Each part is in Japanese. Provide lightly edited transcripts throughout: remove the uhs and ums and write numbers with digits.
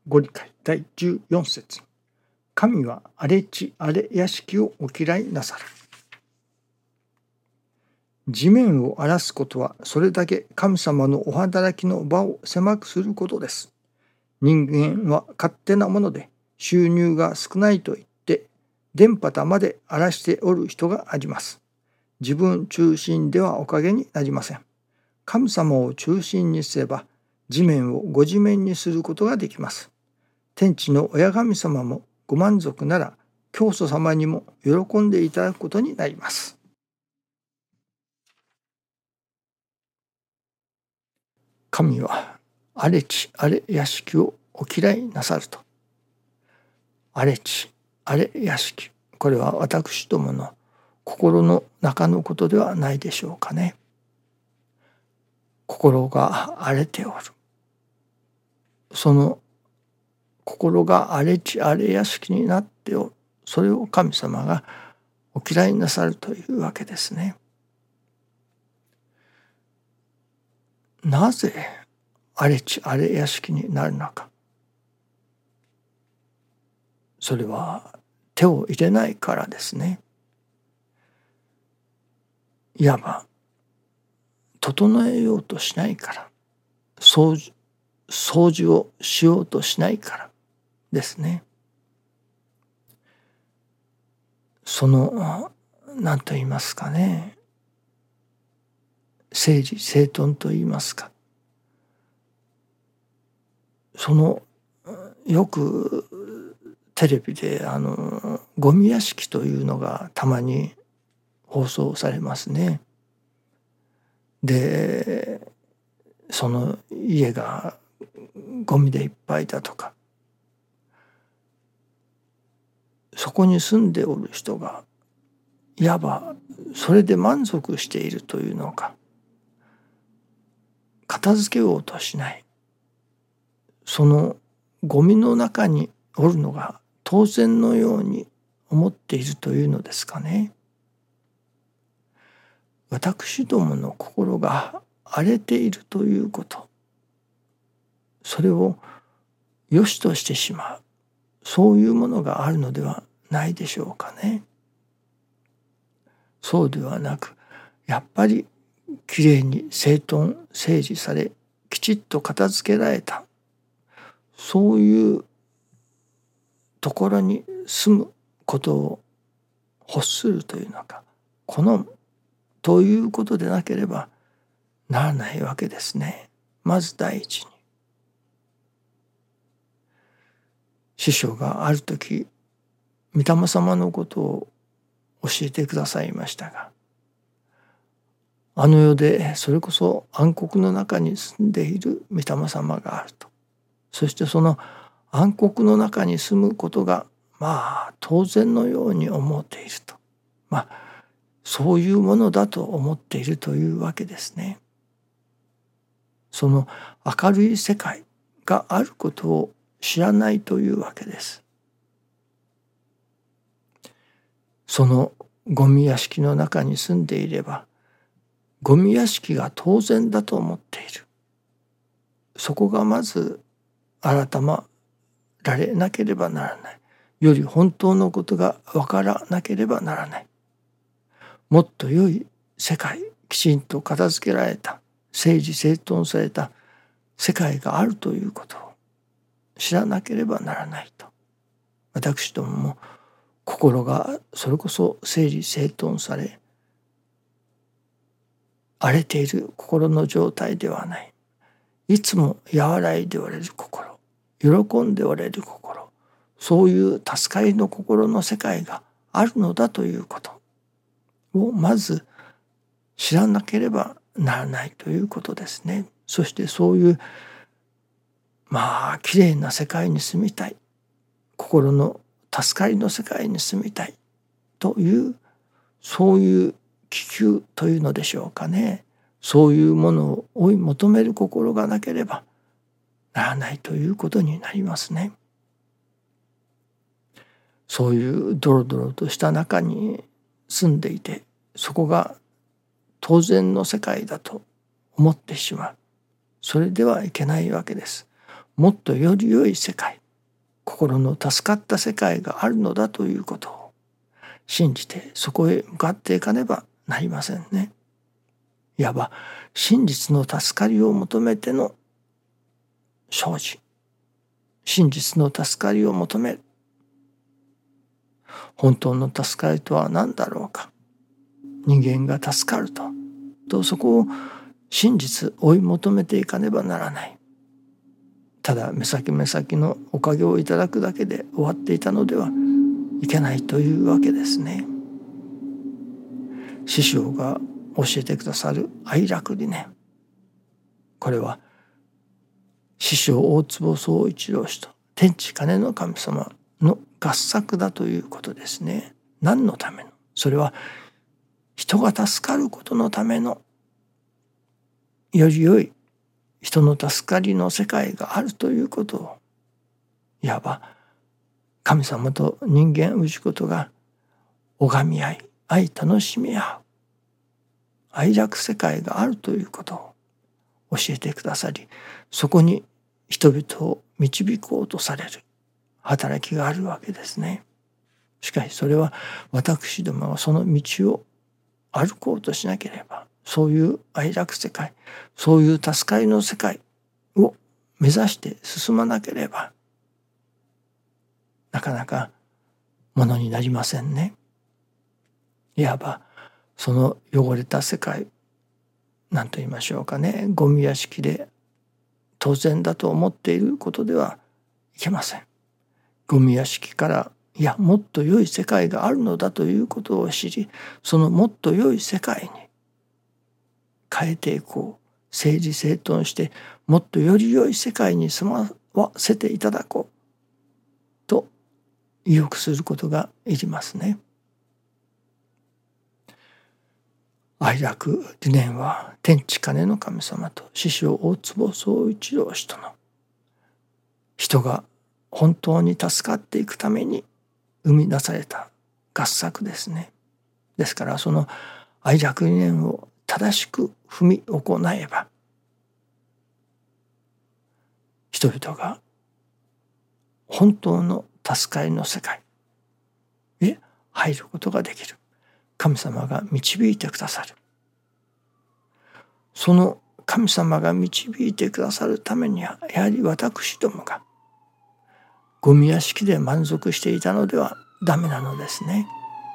ご理解第14節。神は荒れ地荒れ屋敷をお嫌いなさる。地面を荒らすことはそれだけ神様のお働きの場を狭くすることです。人間は勝手なもので収入が少ないと言って電波まで荒らしておる人があります。自分中心ではおかげになりません。神様を中心にすれば地面をご地面にすることができます。天地の親神様もご満足なら教祖様にも喜んでいただくことになります。神は荒れ地荒れ屋敷をお嫌いなさると。荒れ地荒れ屋敷、これは私どもの心の中のことではないでしょうかね。心が荒れておる。その心が荒れ地荒れ屋敷になっておる。それを神様がお嫌いなさるというわけですね。なぜ荒れ地荒れ屋敷になるのか。それは手を入れないからですね。いわば整えようとしないから、掃除をしようとしないからですね。その何と言いますかね、整理整頓と言いますか、そのよくテレビでゴミ屋敷というのがたまに放送されますね。でその家がゴミでいっぱいだとか、そこに住んでおる人がいわばそれで満足しているというのか、片付けようとしない、そのゴミの中におるのが当然のように思っているというのですかね。私どもの心が荒れているということ、それを良しとしてしまう、そういうものがあるのではないでしょうかね。そうではなく、やっぱりきれいに整頓整理され、きちっと片付けられた、そういうところに住むことを欲するというのか、好むということでなければならないわけですね。まず第一に。師匠がある時御霊様のことを教えてくださいましたが、あの世でそれこそ暗黒の中に住んでいる御霊様があると。そしてその暗黒の中に住むことが当然のように思っていると。そういうものだと思っているというわけですね。その明るい世界があることを知らないというわけです。そのゴミ屋敷の中に住んでいれば、ゴミ屋敷が当然だと思っている。そこがまず改まられなければならない。より本当のことが分からなければならない。もっと良い世界、きちんと片付けられた、整理整頓された世界があるということを知らなければならないと。私どもも心がそれこそ整理整頓され、荒れている心の状態ではない。いつも和らいでおられる心、喜んでおられる心、そういう助かりの心の世界があるのだということをまず知らなければならないということですね。そしてそういうきれいな世界に住みたい、心の助かりの世界に住みたいというそういう気球というのでしょうかね。そういうものを追い求める心がなければならないということになりますね。そういうドロドロとした中に住んでいて、そこが当然の世界だと思ってしまう。それではいけないわけです。 もっとより良い世界、心の助かった世界があるのだということを信じて、そこへ向かっていかねばなりませんね。いわば真実の助かりを求めての生じ、真実の助かりを求める。本当の助かりとは何だろうか。人間が助かるとそこを真実追い求めていかねばならない。ただ目先目先のおかげをいただくだけで終わっていたのではいけないというわけですね。師匠が教えてくださる愛楽理念、これは師匠大坪宗一郎氏と天地金の神様の合作だということですね。何のための？それは人が助かることのためのより良い人の助かりの世界があるということを、いわば神様と人間氏子が拝み合い、愛楽しみ合う愛楽世界があるということを教えてくださり、そこに人々を導こうとされる働きがあるわけですね。しかしそれは私どもがその道を歩こうとしなければ、そういう愛楽世界、そういう助かりの世界を目指して進まなければなかなかものになりませんね。いわばその汚れた世界、何と言いましょうかね、ゴミ屋敷で当然だと思っていることではいけません。ゴミ屋敷からいやもっと良い世界があるのだということを知り、そのもっと良い世界に変えていこう、整理整頓してもっとより良い世界に住まわせていただこうと意欲することがいりますね。愛楽理念は天地金の神様と師匠大坪宗一郎氏との人が本当に助かっていくために生み出された合作ですね。ですからその愛楽理念を正しく踏み行えば、人々が本当の助かりの世界へ入ることができる。神様が導いてくださる。その神様が導いてくださるためには、やはり私どもがゴミ屋敷で満足していたのではダメなのですね。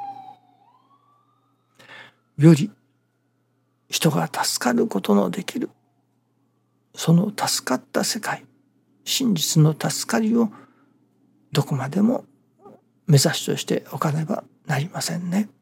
より人が助かることのできる、その助かった世界、真実の助かりをどこまでも目指しとしておかねばなりませんね。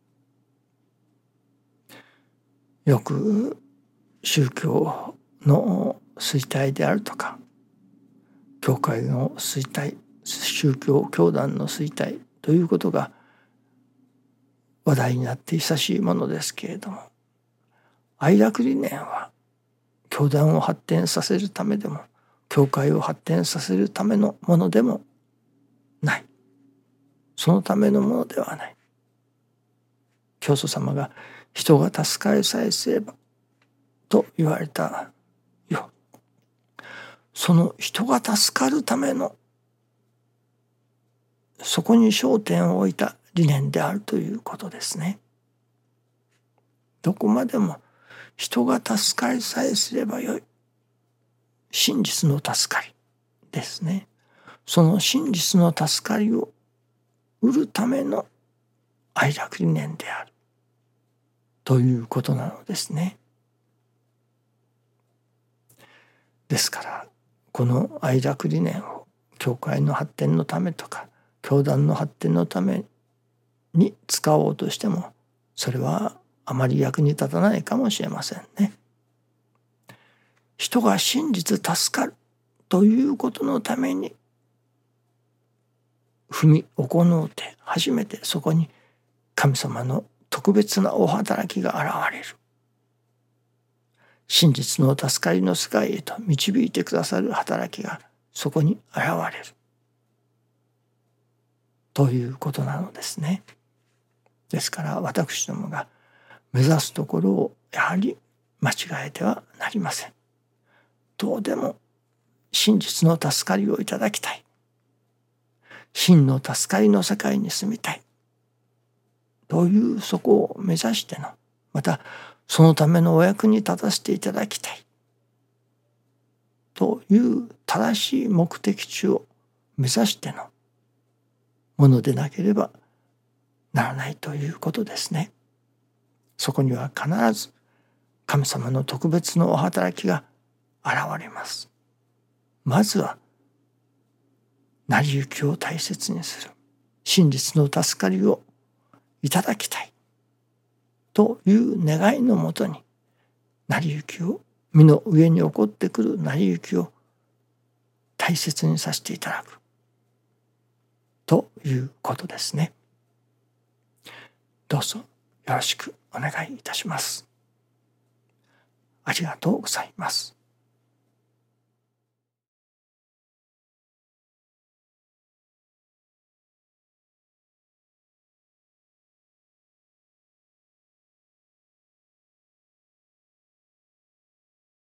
よく宗教の衰退であるとか、教会の衰退、宗教教団の衰退ということが話題になって久しいものですけれども、愛楽理念は教団を発展させるためでも教会を発展させるためのものでもない。そのためのものではない。教祖様が人が助かりさえすればと言われたよ。その人が助かるための、そこに焦点を置いた理念であるということですね。どこまでも人が助かりさえすればよい。真実の助かりですね。その真実の助かりを得るための愛楽理念であるということなのですね。ですからこの愛楽理念を教会の発展のためとか教団の発展のために使おうとしても、それはあまり役に立たないかもしれませんね。人が真実助かるということのために踏み行うて初めてそこに神様の特別なお働きが現れる。真実の助かりの世界へと導いてくださる働きがそこに現れるということなのですね。ですから私どもが目指すところをやはり間違えてはなりません。どうでも真実の助かりをいただきたい。真の助かりの世界に住みたい。というそこを目指しての、またそのためのお役に立たせていただきたい。という正しい目的地を目指してのものでなければならないということですね。そこには必ず神様の特別のお働きが現れます。まずは成り行きを大切にする。真実の助かりをいただきたいという願いのもとに、成り行きを、身の上に起こってくる成り行きを大切にさせていただくということですね。どうぞよろしくお願いいたします。ありがとうございます。